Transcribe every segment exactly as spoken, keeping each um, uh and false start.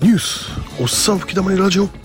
ニュースおっさん吹き溜まりラジオ。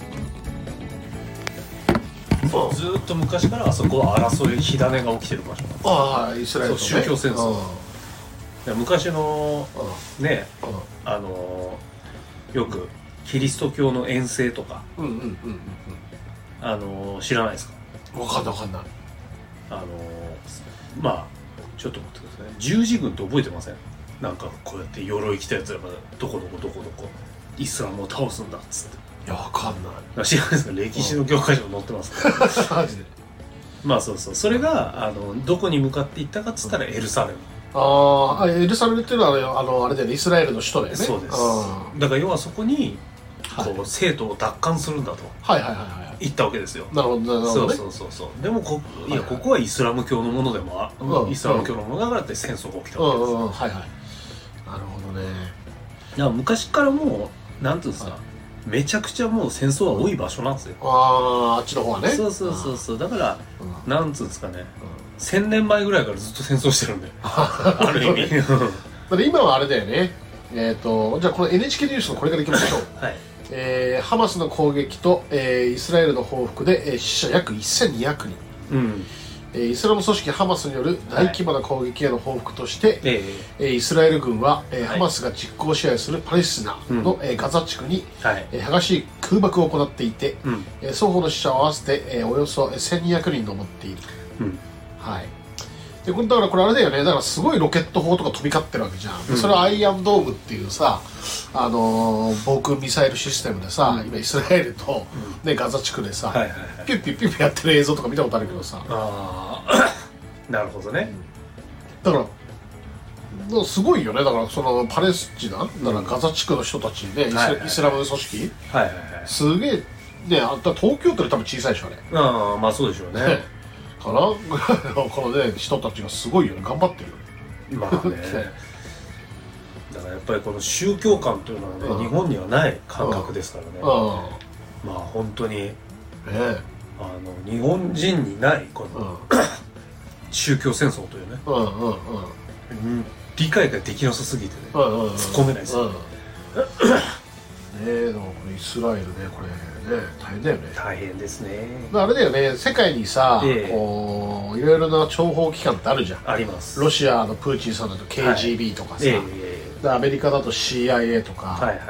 ずーっと昔からあそこは争い火種が起きてる場所なんです。 ああ、イスラエルとね、 そう宗教戦争。で昔のね、あのよくキリスト教の遠征とか、 うんうんうんうんあの知らないですか？ 分かんない分かんない。 あのまあちょっと待ってくださいね。十字軍って覚えてません？なんかこうやって鎧着たやつらがどこどこどこどこイスラムを倒すんだっつって。 いや分かんない。 知らないですか？歴史の教科書に載ってますからマジで。まあそうそう、それがあのどこに向かっていったかっつったらエルサレム。 ああ、エルサレムっていうのはあのあれだよね、イスラエルの首都だよね。 そうです。だから要はそこにこう、はい、生徒を奪還するんだと、はいはいはいはい、言ったわけですよ。 なるほどなるほど、ね、 そうそうそうそう。でもこいや、はいはい、ここはイスラム教のものでもあ、うん、イスラム教のものだからって戦争が起きたわけです。うんうんうん、はいはい。 なるほどね。 だから昔からもうなんていうんですか、はい、めちゃくちゃもう戦争は多い場所なんですよ。 ああ、あっちの方はね。 そうそうそうそう。だから、うん、なんつうんですかね、うん、せんねんまえぐらいからずっと戦争してるんである意味だから今はあれだよね。えーと、じゃあこの エヌエイチケー ニュースのこれからいきましょう。はい。えー、ハマスの攻撃と、えー、イスラエルの報復で、えー、死者約せんにひゃくにん、うんえー、イスラム組織ハマスによる大規模な攻撃への報復として、はい、えー、イスラエル軍は、えーはい、ハマスが実効支配するパレスチナの、うんえー、ガザ地区に、はいえー、激しい空爆を行っていて、うんえー、双方の死者を合わせて、えー、およそせんにひゃくにん上っている、うんはい、でこれだからこれあれだよね。だからすごいロケット砲とか飛び交ってるわけじゃん、うん、それはアイアンドームっていうさ、あのー、防空ミサイルシステムでさ、うん、今イスラエルと、うんね、ガザ地区でさ、はいはいはい、ピュッピュッピュッピュやってる映像とか見たことあるけどさ。 あなるほどね、 うん、だからすごいよね。だからそのパレスチナだからガザ地区の人たちね、うん、イ, スはいはい、イスラム組織、はいはいはい、すげえね。あんた東京都より多分小さいでしょあれ。 ああまあそうでしょうねかなこのね人たちがすごいよね。頑張ってるよね。 まあねだからやっぱりこの宗教観というのはね、うん、日本にはない感覚ですからね、うん、まあ本当に、ね、あの日本人にないこの、うん、宗教戦争というね、うんうんうん、理解ができなさすぎてね、うんうんうん、突っ込めないですよね、 うん、ねえ、でもこれイスラエルね、これね大変だよね。 大変ですね。 あれだよね、世界にさ、えー、こういろいろな諜報機関ってあるじゃん。 あります。 ロシアのプーチンさんだと ケージービー とかさ、はいえー、でアメリカだと シーアイエー とか、はいはいはい、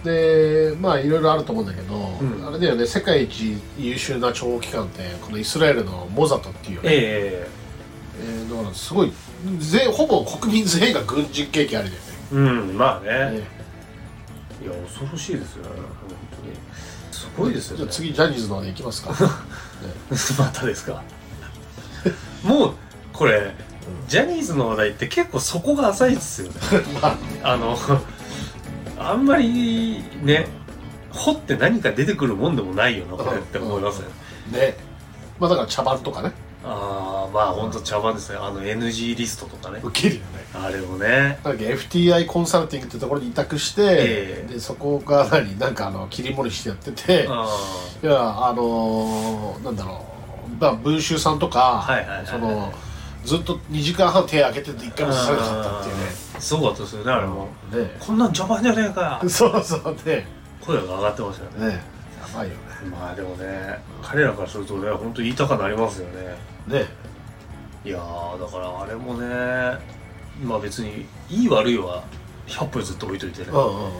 でまあいろいろあると思うんだけど、うん、あれだよね、世界一優秀な諜報機関ってこのイスラエルのモザトっていうよね、えーえー、だからすごいぜほぼ国民全員が軍人経験あるんだよね。 うんまあね、ねいや恐ろしいですよね、本当にすごいですよね。 じゃあ次ジャニーズの方でいきますか、ね、 またですかもうこれ、うん、ジャニーズの話題って結構底が浅いですよねまあ、あのあんまりね掘って何か出てくるもんでもないよなこれって思いますよね、 うんうん、ねまあだから茶番とかね。 ああまあ本当茶番ですね。あの エヌジー リストとかね、 ウケるよねあれもね。 なんか エフティーアイ コンサルティングってところに委託して、えー、でそこが何なんかあの切り盛りしてやってて、あいやあのー、なんだろう、まあ、文集さんとか、はいはいはいはい、そのずっとにじかんはん手挙げてていっかいも刺されなかったっていうね。 すごかったですよねあれも、ね、こんなん茶番じゃねえかそうそうね、 声が上がってましたよね。ねやばいよね。まあでもね彼らからするとね本当に言いたくなりますよね。ねいやーだからあれもねまあ別にいい悪いはひゃっぽ譲って置いといてね、うんうんうん、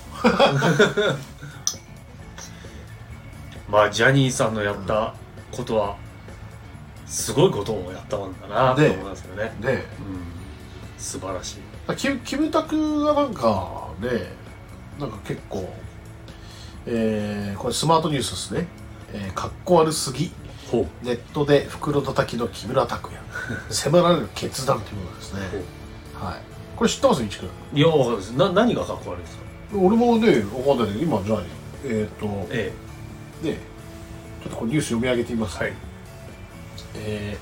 まあジャニーさんのやったことはすごいことをやったんだなと思いますよね。ね、ね、うん、素晴らしい。 キム、キムタクがなんかねなんか結構、えー、これスマートニュースですね、えー、かっこ悪すぎネットで袋叩きの木村拓哉迫られる決断ということですねはい、これ知ってますいちくん。 いや分かんないです。な何がかっこ悪いですか。 俺もね分かんないけど今じゃあえっ、ー、とええねちょっとこれニュース読み上げてみます。はいえ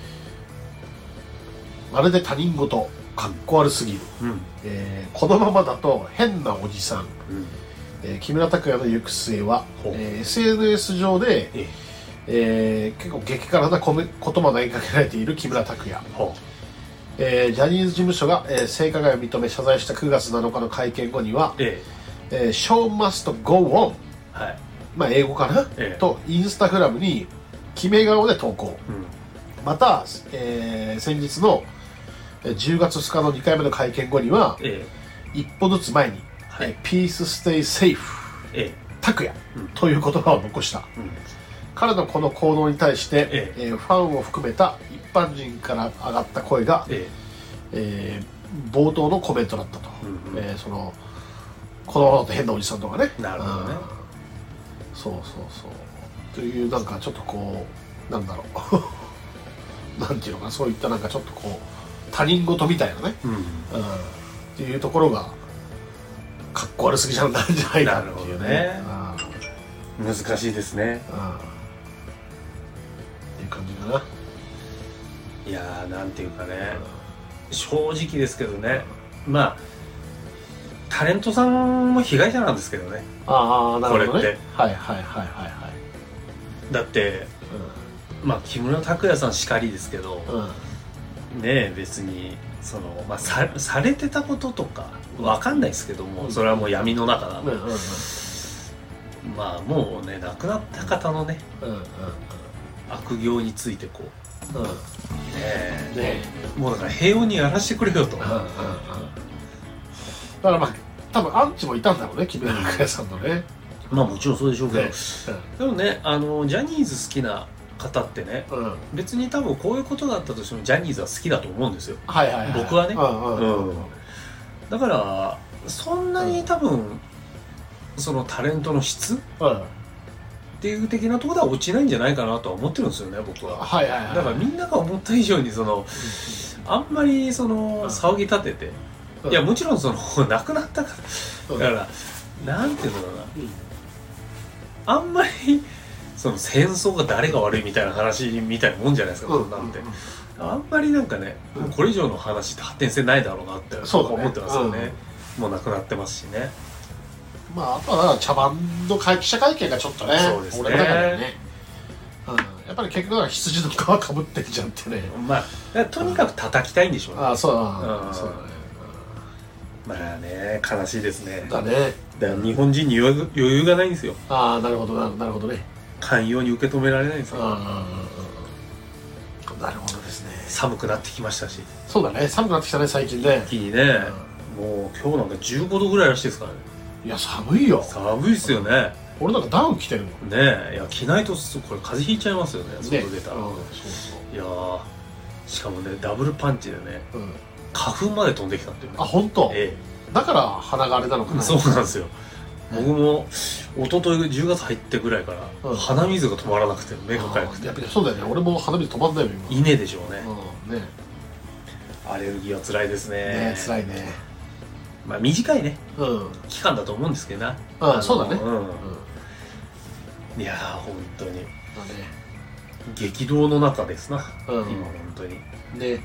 ー、まるで他人事かっこ悪すぎる、うんえー、このままだと変なおじさん、うんえー、木村拓哉の行く末は、えー、エスエヌエス 上で、えええー、結構激辛な言葉投げかけられている木村拓哉、えー、ジャニーズ事務所が、えー、性加害を認め謝罪したくがつなのかの会見後には、ええー、Show must go on、 はい、 まあ英語かな、ええ、とインスタグラムに決め顔で投稿、うん、また、えー、先日のじゅうがつつかのにかいめの会見後には、ええ、一歩ずつ前に、はい、ピースステイセーフ、ええ、拓也、うん、という言葉を残した、うん、彼のこの行動に対して、えええー、ファンを含めた一般人から上がった声が、えええー、冒頭のコメントだったと、うんうん、えー、そのこの変なおじさんとかね、 なるほどね、 そうそうそうというなんかちょっとこうなんだろうなんていうのかな、そういったなんかちょっとこう他人事みたいなね、うんうん、っていうところがかっこ悪すぎじゃないんじゃないかっていう ね, ね、 うん、難しいですね、うん、 っていう感じかな。 いやーなんていうかね、うん、正直ですけどね、うん、まあタレントさんも被害者なんですけどね。 ああなるほどね。 これってはいはいはいはいはい。 だって、うん、まあ木村拓哉さんしかりですけど、うん、ねえ別にその、まあ、さ, されてたこととかわかんないですけども、うん、それはもう闇の中なんで、うんうんうん、まあもうね亡くなった方のね、うんうんうん、悪行についてこう、うん、ねえ、ねえもうだから平穏にやらせてくれよと、うんうんうん、だからまあ多分アンチもいたんだろうね木村拓哉さんのね。 まあもちろんそうでしょうけど、ね、うん、でもねあのジャニーズ好きな方ってね、うん、別に多分こういうことがあったとしてもジャニーズは好きだと思うんですよ、はいはいはい、僕はね、うんうんうん、だからそんなに多分、うん、そのタレントの質、うん、っていう的なところでは落ちないんじゃないかなとは思ってるんですよね僕は、はいはいはい、だからみんなが思った以上にその、うん、あんまりその騒ぎ立てて、うん、いやもちろんその亡くなったから、うん、だからなんていうのかな、うん、あんまりその戦争が誰が悪いみたいな話みたいなもんじゃないですか、うん、なんて、うんうん、あんまりなんかね、うん、これ以上の話って発展性ないだろうなって僕は思ってますよね、うん、もう亡くなってますしね。 まああとは茶番の記者会見がちょっとね、そうですね、俺の中でね、うん、やっぱり結局は羊の皮かぶってんじゃんってね、 まあとにかく叩きたいんでしょうね、 うん、あそうだ、うん、そうだね、 まあね悲しいですね。 だね。 だから日本人に余裕がないんですよ。 ああなるほどな、なるほどね。 寛容に受け止められないんですよ。 あなるほどですね。 寒くなってきましたし。 そうだね、寒くなってきたね最近ね。 一気にね、うん、もう今日なんかじゅうごどぐらいらしいですからね。 いや寒いよ。 寒いっすよね。 俺なんかダウン着てるもんね。いや着ないとこれ風邪ひいちゃいますよね、外出たら、ね、うん、そうそう。いやしかもねダブルパンチでね、うん、花粉まで飛んできたっていうね。 あ本当。ええ、だから鼻が荒れたのかな。 そうなんですよ。僕も一昨日じゅうがつ入ってぐらいから、うん、鼻水が止まらなくて目がかゆくて。 やっぱりそうだよね、俺も鼻水止まんないよ今。稲でしょうね、 うん、ね。アレルギーは辛いですね。ね辛いね。 まあ短いね、うん、期間だと思うんですけどな。 ああそうだね、うんうん、いやー本当に、ね、激動の中ですな、うん、今本当にね。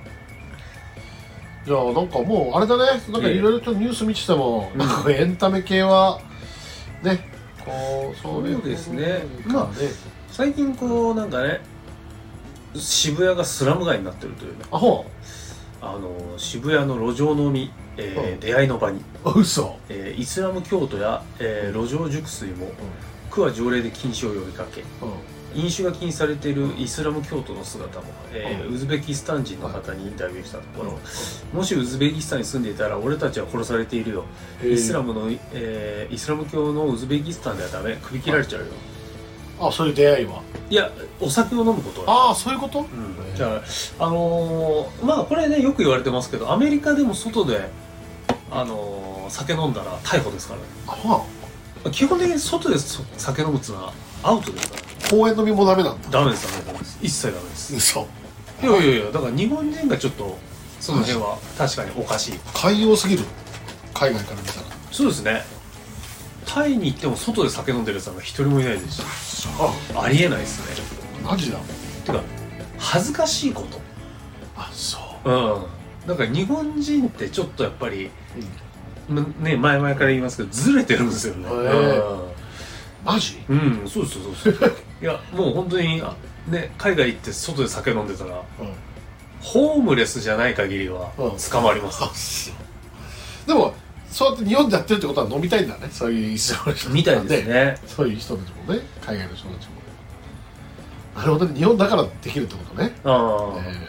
いやなんかもうあれだね、なんかいろいろとニュース見てても、えー、なんかエンタメ系はね、こうそうですね。まあ最近こうなんかね、渋谷がスラム街になってるというね。あほう。あの渋谷の路上飲み、えーうん、出会いの場に。 あ嘘。 えー、イスラム教徒や、えー、路上熟睡も、うん、区は条例で禁止を呼びかけ。うん飲酒が禁止されているイスラム教徒の姿も、えー、ウズベキスタン人の方にインタビューしたところ、もしウズベキスタンに住んでいたら俺たちは殺されているよ、イスラムの、えー、イスラム教のウズベキスタンではダメ、首切られちゃうよ。 あ、そういう出会いは。 いや、お酒を飲むことは。ああ、そういうこと、うん、 じゃあ、あのー、まあこれねよく言われてますけど、アメリカでも外で、あのー、酒飲んだら逮捕ですからね。ああ、基本的に外で酒飲むっていうのはアウトですからね。 公園飲みもダメなんだ。 ダメですダメです。一切ダメです。 嘘。 いやいやいや、だから日本人がちょっとその辺は確かにおかしい。 寛容すぎる。海外から見たら。 そうですね。タイに行っても外で酒飲んでるやつは一人もいないですし。あありえないですね。マジだ。 てか恥ずかしいこと。 あ、そう。 うん。だから日本人ってちょっとやっぱり、うん、ね前々から言いますけどずれてるんですよね。うんマジ？ うん、そうですそうです。いや、もう本当にね、海外行って外で酒飲んでたら、うん、ホームレスじゃない限りは捕まります。 うん、でもそうやって日本でやってるってことは飲みたいんだね、そういうイスラエルの人みたいですね。 そういう人たちもね、海外の人たちも。なるほどね、日本だからできるってことね。ああ、え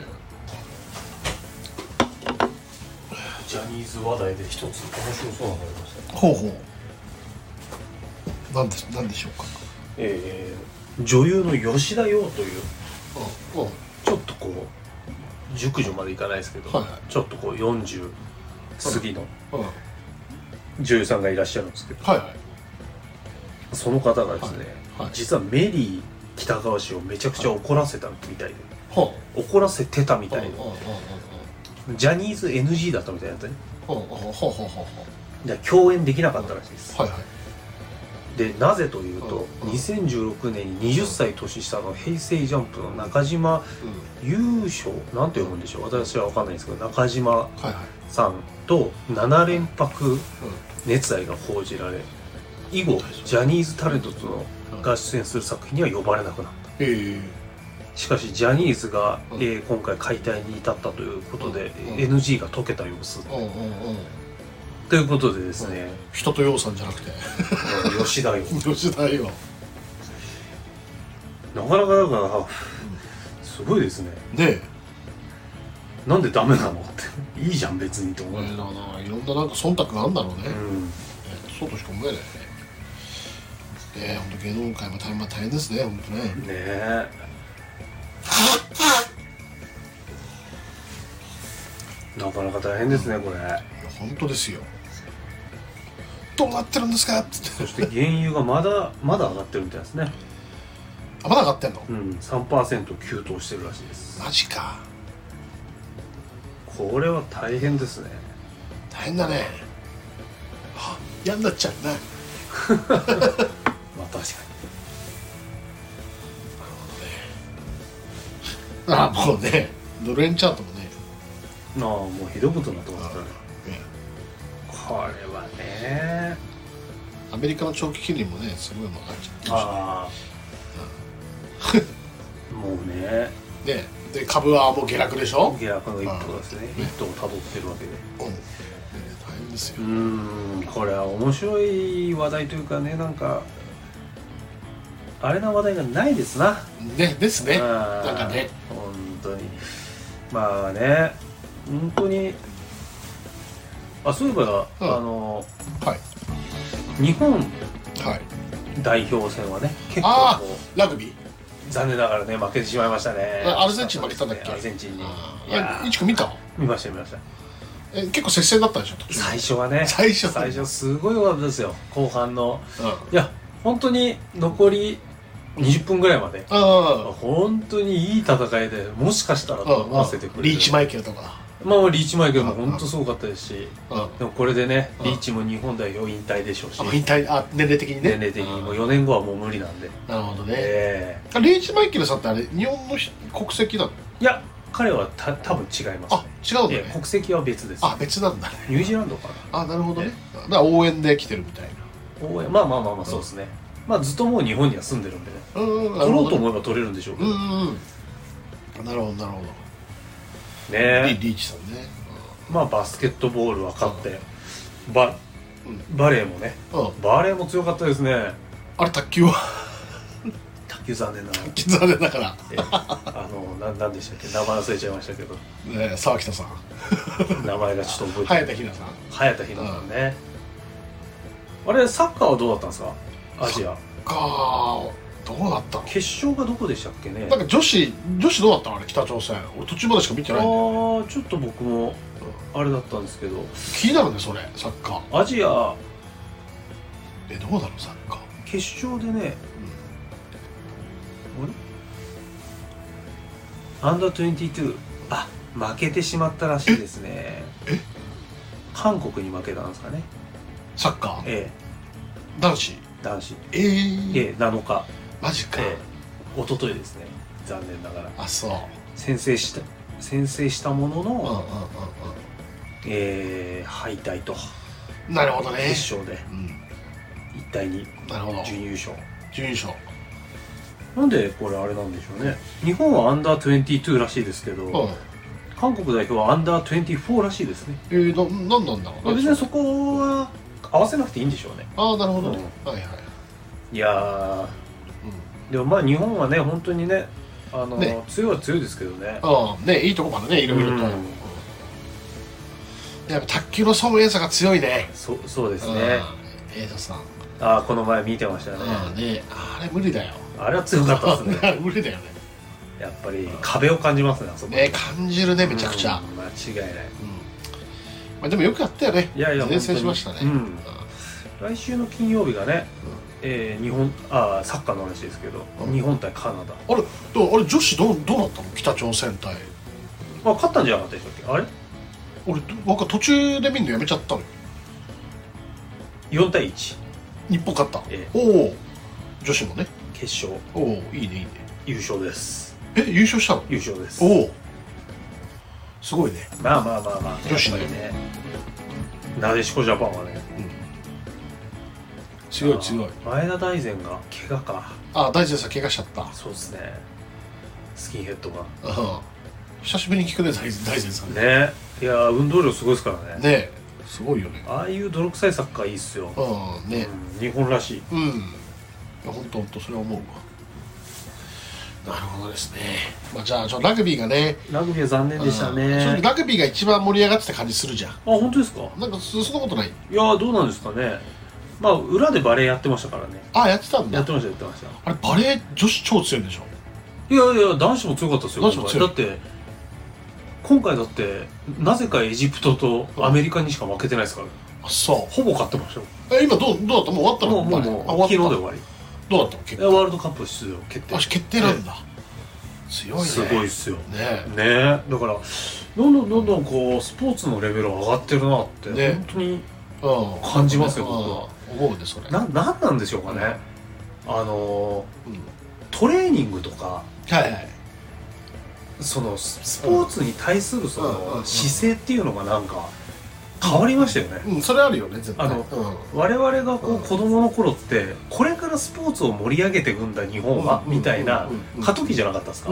ー、ジャニーズ話題で一つ面白そうなのがありましたね。 ほうほう。なんでなんでしょうか。 えー、女優の吉田羊という、うんうん、ちょっとこう熟女までいかないですけど、はいはい、ちょっとこうよんじゅう過ぎの女優さんがいらっしゃるんですけど、はいはい、その方がですね、はいはい、実はメリー北川氏をめちゃくちゃ怒らせたみたいで、はい、怒らせてたみたいで、ジャニーズ エヌジー だったみたいだったね。で共演できなかったらしいです。はいはい、でなぜというと、にせんじゅうろくねんににじゅっさい年下の平成ジャンプの中島優勝、なんて読むんでしょう、私は分かんないんですけど、中島さんとなな連泊熱愛が報じられ、以後ジャニーズタレントとが出演する作品には呼ばれなくなった。しかしジャニーズが、えー、今回解体に至ったということで エヌジー が解けた様子ということでですね、 人とようさんじゃなくて吉田よ吉田よなかなかだからすごいですね。 でなんでダメなのっていいじゃん別にと思う。 いろんななんか忖度があるんだろうね、うん、そうとしか思えないね。えー、本当芸能界も大変、まあ、大変ですね、本当ね。ねえ。 なかなか大変ですね、うん、これ。いや本当ですよ。どうなってるんですかって。 そして原油がまだまだ上がってるみたいですね。 あ、まだ上がってんの？ うん、さんパーセント 急騰してるらしいです。 マジか。 これは大変ですね。 大変だね。はあ、嫌になっちゃうね。 まあ確かに。なるほどね。 ああもうね、ドル円チャートもね、 ああもうひどいことになってますからね。これはね、 アメリカの長期金利もねすごいも上がっちゃってるし、ああもうね。 でで株はもう下落でしょ。 下落の一途ですね。一途をたどってるわけで。 うん、ね、大変ですよ。 うん、これは面白い話題というかね、なんかあれな話題がないですな。 ね、ですね。なんかね、 本当にまあね、本当に。あ、そういえば、うん、あの、はい、日本代表戦はね、結構こうラグビー残念ながらね負けてしまいましたね。 アルゼンチン負けたんだっけ？ アルゼンチンに。 いや、いちく見た？ 見ました見ました。 え、結構接戦だったでしょ。 最初はね。 最初最初すごい良かったですよ。後半の、うん、いや本当に残りにじゅっぷんぐらいまで、うん、本当にいい戦いで、もしかしたらと思わせてくれる。 リーチマイケルとか。 まあリーチマイケルも本当すごかったですし、でもこれでね、リーチも日本代表引退でしょうし、 引退、あ、年齢的にね、 年齢的にもうよねんごはもう無理なんで。 なるほどね。えー、リーチマイケルさんってあれ日本の国籍なの？ いや、彼はた多分違います。 あ、違うのね。 国籍は別です。 あ、別なんだね。 ニュージーランドかな。あ、なるほどね。だから応援で来てるみたいな。応援、まあまあまあまあそうですね。まあずっともう日本には住んでるんでね。うん、取ろうと思えば取れるんでしょうけど。うんうん。なるほどなるほど。ねえ。 リーチさんね。 まあバスケットボールは勝って、ババレーもね、バレーも強かったですね。 あれ卓球は？ 卓球残念ながら。 卓球残念ながら。 あのななんでしたっけ、名前忘れちゃいましたけど。 ね、沢北さん。 名前がちょっと覚えてない。 早田ひなさん。 早田ひなさんね。あれサッカーはどうだったんですか？アジア。サッカーどうだったの？ 決勝がどこでしたっけね。 なんか女子女子どうだったのあれ、北朝鮮。俺途中までしか見てないんだよ。 ああちょっと僕もあれだったんですけど。 気になるねそれ、サッカー。 アジア。 え、どうだろうサッカー。 決勝でね。うん、あれ？アンダーにじゅうに。あ、負けてしまったらしいですね。え？え？韓国に負けたんですかね。 サッカー？ ええ。 男子？ 男子。 えー、 ええ、なのか。 マジか。ええ、一昨日ですね。残念ながら。 あ、そう。 先制した先制したものの、えー、敗退と。 なるほどね。 決勝で、うん、一対に。 なるほど。 準優勝。 準優勝。 なんでこれあれなんでしょうね。日本はアンダーにじゅうにらしいですけど、うん、 韓国代表はアンダーにじゅうよんらしいですね。 えー、な、なんなんだろう。 別にそこは合わせなくていいんでしょうね。 ああ、なるほどね、うん、はいはい。 いやー、うん、でもまあ日本はね本当にね、あのね、強いは強いですけどね。 ああね、いいとこまでね、いろいろと、うん、やっぱ卓球のソン・エイサが強いね。 そそうですね。 エイサさん、 ああこの前見てましたね。 ああね、あれ無理だよ。 あれは強かったですね。 無理だよね。 やっぱり壁を感じますね、あそこね、感じるね、めちゃくちゃ、 うん、間違いない、うん、 まあ、でもよくやったよね。 いやいや前線しましたね、うん、 来週の金曜日がね、うん、えー、日本あサッカーの話ですけど、うん、日本対カナダ。 あれどあれ女子どうどうなったの？北朝鮮対、 あ、勝ったんじゃなかったでしたっけ？あれ俺なんか途中で見るのやめちゃったのよ。 よんたいいち、 日本勝った、 ええ、 おお、女子もね決勝、 おお、いいねいいね、優勝です。 え、優勝したの？ 優勝です。 おお、すごいね。 まあまあまあまあ女子だよね。なでしこジャパンはね、うん、 強い強い。 前田大然が怪我か。 あ、大然さん怪我しちゃった。 そうですね、スキンヘッドが。 ああ、久しぶりに聞くね、大然さんね。いや運動量すごいですからね。 ね、すごいよね。 ああいう泥臭いサッカーいいっすよ。 うんね、 うん、日本らしい。 うん、いや本当本当それは思うわ。なるほどですね。まあ、じゃあちょラグビーがね、 ラグビーは残念でしたね。 ラグビーが一番盛り上がってた感じするじゃん。あ、 本当ですか？ なんかそんなことない？ いやどうなんですかね。まあ裏でバレーやってましたからね。 あ、やってたんだ。 やってましたやってました。 あれバレー女子超強いんでしょ？ いやいや男子も強かったですよ。 男子も強い。 だって今回だってなぜかエジプトとアメリカにしか負けてないですから。 あ、そう。 ほぼ勝ってましたよ。 え、今どうどうだった？もう終わったの？ もうもうもう昨日で終わり。 どうだったの？結果ワールドカップ出場決定。 あ、決定なんだ。強いね。 すごいっすよね。 ね、だからどんどんどんどんこうスポーツのレベル上がってるなって本当に感じますよ、僕は。 思うね、それ。 な、なんなんでしょうかね。あのトレーニングとか、 はいはい、 そのスポーツに対するその姿勢っていうのがなんか変わりましたよね。 うん、それあるよね、絶対。 あの、うん、我々がこう子供の頃ってこれからスポーツを盛り上げていくんだ日本はみたいな過渡期じゃなかったですか。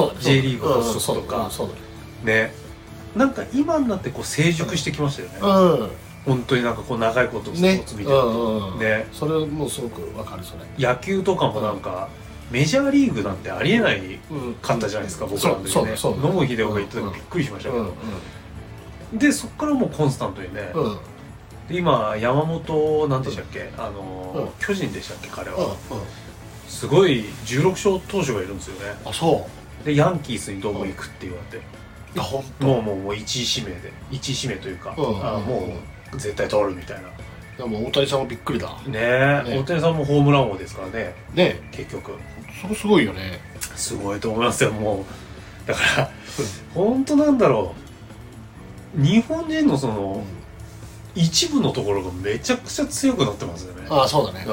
J リーグの発足とかね。なんか今になってこう成熟してきましたよね、うん、本当になんかこう長いことスポーツ見てると ね, ね、 それもすごくわかる。それ野球とかもなんか、うん、メジャーリーグなんてありえないかったじゃないですか、うん、僕らの時ね。野茂英雄が言った時びっくりしましたけど、うんうん、でそっからもうコンスタントにね、うん、で今山本なんでしたっけ、うん、あの、うん、巨人でしたっけ彼は、うんうん、すごいじゅうろく勝投手がいるんですよね。 あ、そうでヤンキースにどうも行くって言われて、 あ、本当。 もうもうもういちい指名でいちい指名というか、うん、あもう絶対取るみたいな。 でも大谷さんもびっくりだねえ、ね、大谷さんもホームラン王ですからね。 ね、 結局そこすごいよね。 すごいと思いますよ。もうだから本当なんだろう、日本人のその、うん、一部のところがめちゃくちゃ強くなってますよね。 ああ、そうだね。うん、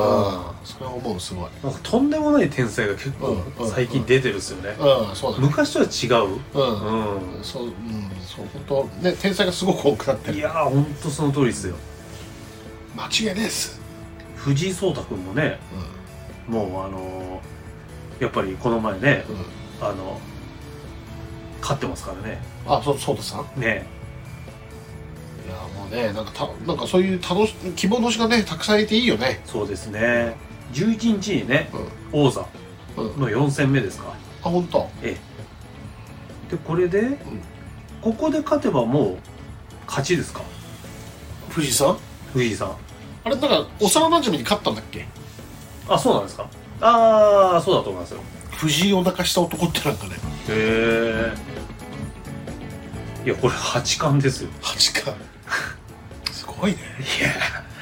それは思う。すごいなんかとんでもない天才が結構最近出てるっすよね。 うん、そうだね。 昔とは違う。うん、 うん、そう、うん、そう、本当ね、天才がすごく多くなってる。 いやー、本当その通りですよ。 間違いないです。 藤井聡太君もね、うん、もうあのー、やっぱりこの前ね、うん、あの勝ってますからね。 あ、そう、聡太さんね。いやもうね、なんかたなんかそういう楽し希望の星がねたくさんいていいよね。 そうですね。じゅういちにちにね、うん、王座のよん戦目ですか。 あ、本当。 ええ。でこれで、うん、ここで勝てばもう勝ちですか。 藤井さん。 藤井さん。 あれだから幼馴染に勝ったんだっけ。 あ、そうなんですか。ああ、そうだと思いますよ。 藤井を泣かした男ってなんかね。 へえ。いやこれ八冠ですよ。 八冠。すごいね。 いや。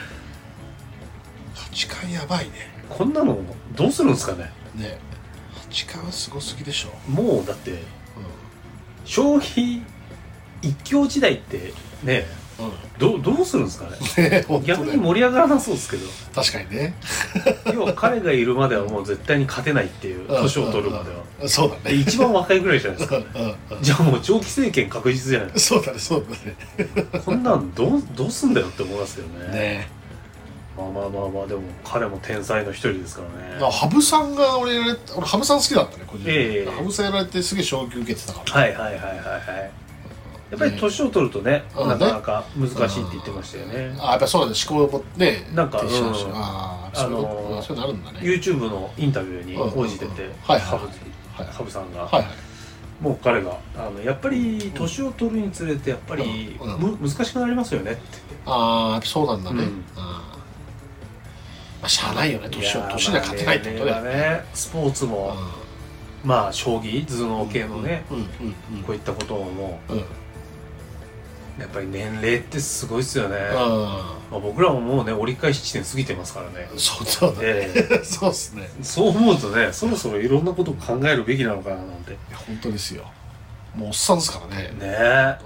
八冠やばいね。 こんなのどうするんですかね。 ね。八冠はすごすぎでしょ。 もうだって、うん、将棋一強時代ってね。うん、ど, どうするんですか ね, ね, ね逆に盛り上がらなそうですけど。 確かにね。 要は彼がいるまではもう絶対に勝てないっていう年を取るまでは、 うんうん、そうだね。 一番若いぐらいじゃないですか。うん、じゃあもう長期政権確実じゃないですか。そうだね、そうだね。 こんなんどうどうすんだよって思いますけどね。 ね。 まあまあまあまあ、でも彼も天才の一人ですからね。 羽生さんが俺やられ俺羽生さん好きだったね個人的に。 えー、 羽生さんやられてすげえ衝撃受けてたから、 はいはいはいはいはい。 やっぱり年を取るとね、なかなか難しいって言ってましたよね。 ああ、やっぱりそうなんだ、思考もね、 なんか、うん、 ああ、そういうの、そういうのあるんだね。 YouTube のインタビューに応じてて、羽生さんが、はいはい、もう彼があのやっぱり年を取るにつれてやっぱり、うんうん、む難しくなりますよねって。 ああ、そうなんだね。うん、あまあ、しゃあないよね、年を年で勝てないってことだよね。 スポーツも、うん、まあ将棋頭脳系のね、こういったことも、うん、やっぱり年齢ってすごいですよね。うん、まあ、僕らももうね折り返し地点過ぎてますからね。 そうそうだね、えー、そうですね。 そう思うとね、そろそろいろんなことを考えるべきなのかななんて。いや本当ですよ。もうおっさんですからね。ねえ。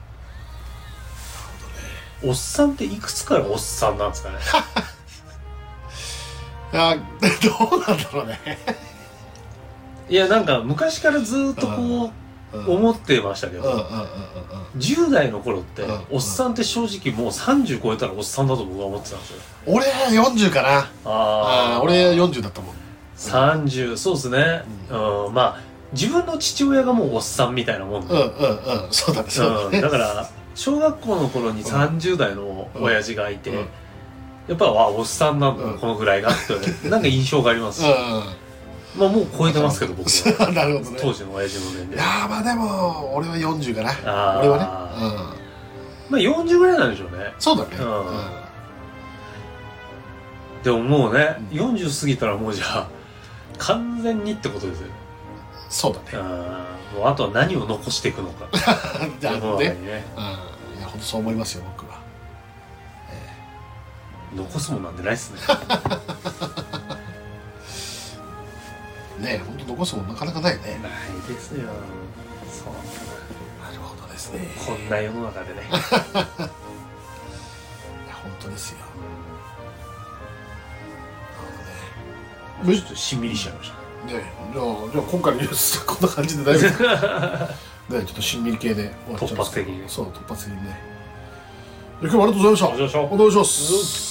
おっさんっていくつからおっさんなんですかね。 いやどうなんだろうね。 いやなんか昔からずっとこう、うん、思ってましたけど、じゅう代の頃って、うん、おっさんって正直もうさんじゅう超えたらおっさんだと僕は思ってたんですよ。 俺よんじゅうかな。ああ、俺よんじゅうだったもん。 さんじゅう、そうですね、うんうん、まあ自分の父親がもうおっさんみたいなもんで、 うんうんうん、そうだね、そうだね、 うん、だから小学校の頃にさんじゅう代の親父がいて、うんうん、やっぱわおっさんなんだ、うん、このぐらいがってなんか印象がありますし、うんうん、まあもう超えてますけど僕はなるほど、ね、 当時の親父の年齢。 いやーまあでも俺はよんじゅうかな。あ俺はね、うん、 まあよんじゅうぐらいなんでしょうね。 そうだね、うんうん、 でももうね、うん、よんじゅう過ぎたらもうじゃあ完全にってことですよ。 そうだね。 あもうあとは何を残していくのか。 じゃあね、うん、いや本当そう思いますよ僕は、 えー、残すもんなんてないっすね。 ねえ本当残すもんなかなかないね。 ないですよ。そうなるほどですね。 こんな世の中でね。いや本当ですよ。 なるほどね。ちょっとしんみりしちゃいました。 ね、じゃあ、じゃあ今回のニュースこんな感じで大丈夫。ね、ちょっとしんみり系で突発的に。 そう突発的にね。今日もありがとうございました。お願いします。